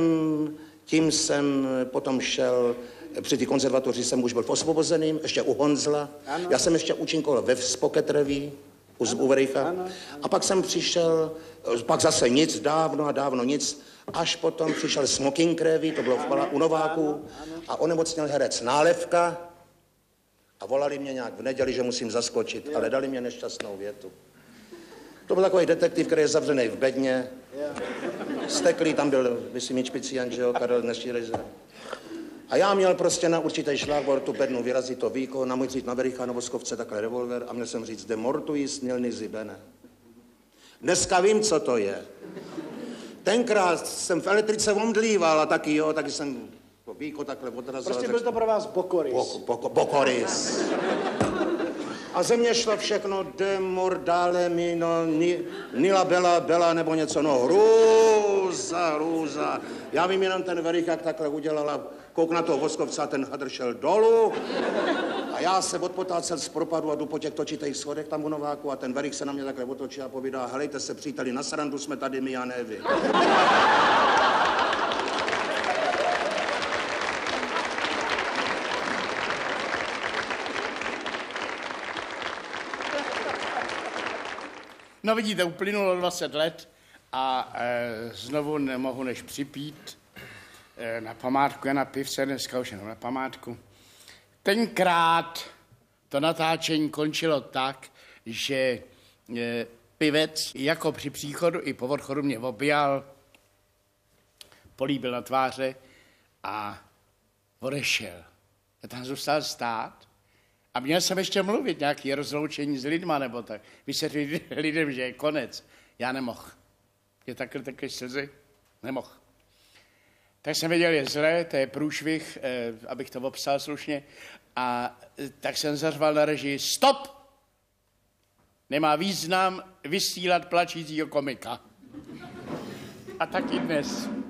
jsem potom šel, při té konzervatoři jsem už byl v Osvobozeným, ještě u Honzla. Ano. Já jsem ještě účinkoval ve Spocket Revue u Zbuvrejcha. A pak jsem přišel, pak zase nic, dávno nic, až potom přišel Smoking Revue, to bylo u Nováku, a onemocněl herec Nálevka a volali mě nějak v neděli, že musím zaskočit, ale dali mě nešťastnou větu. To byl takový detektiv, který je zavřený v bedně. Steklý, tam byl Vysimič Pician, že jo, Karel dnešní režisér. A já měl prostě na určitý šlágbor tu bednu vyrazit to víko, na můj říct na Vericha na Voskovce takhle revolver a měl jsem říct de mortuis nil zibene. Dneska vím, co to je. Tenkrát jsem v elektrice omdlíval a taky jo, taky jsem víko takhle odrazil. Prostě byl to pro vás Bokoris. Bokoris. A ze mě šlo všechno de mordale mino, nila bela nebo něco, no hrůza. Já vím jenom ten Verich, jak takhle udělal a kouk na toho Voskovce a ten hadr šel dolů. A já se odpotácel z propadu a jdu po těch točitých schodech tam u Nováku a ten Verich se na mě takhle otočí a povídá, helejte se příteli, na srandu jsme tady my a ne vy. No vidíte, uplynulo 20 let a znovu nemohu než připít na památku Jana Pivce, dneska už jenom na památku. Tenkrát to natáčení končilo tak, že Pivec jako při příchodu i po odchodu mě objal, políbil na tváře a odešel. Já tam zůstal stát a měl jsem ještě mluvit, nějaké rozloučení s lidma nebo tak. Vysvětlit lidem, že je konec. Já nemohl. Je takhle slzy? Nemohl. Tak jsem věděl, je zlé, to je průšvih, abych to opsal slušně. A tak jsem zařval na režii, stop! Nemá význam vysílat plačícího komika. A taky dnes.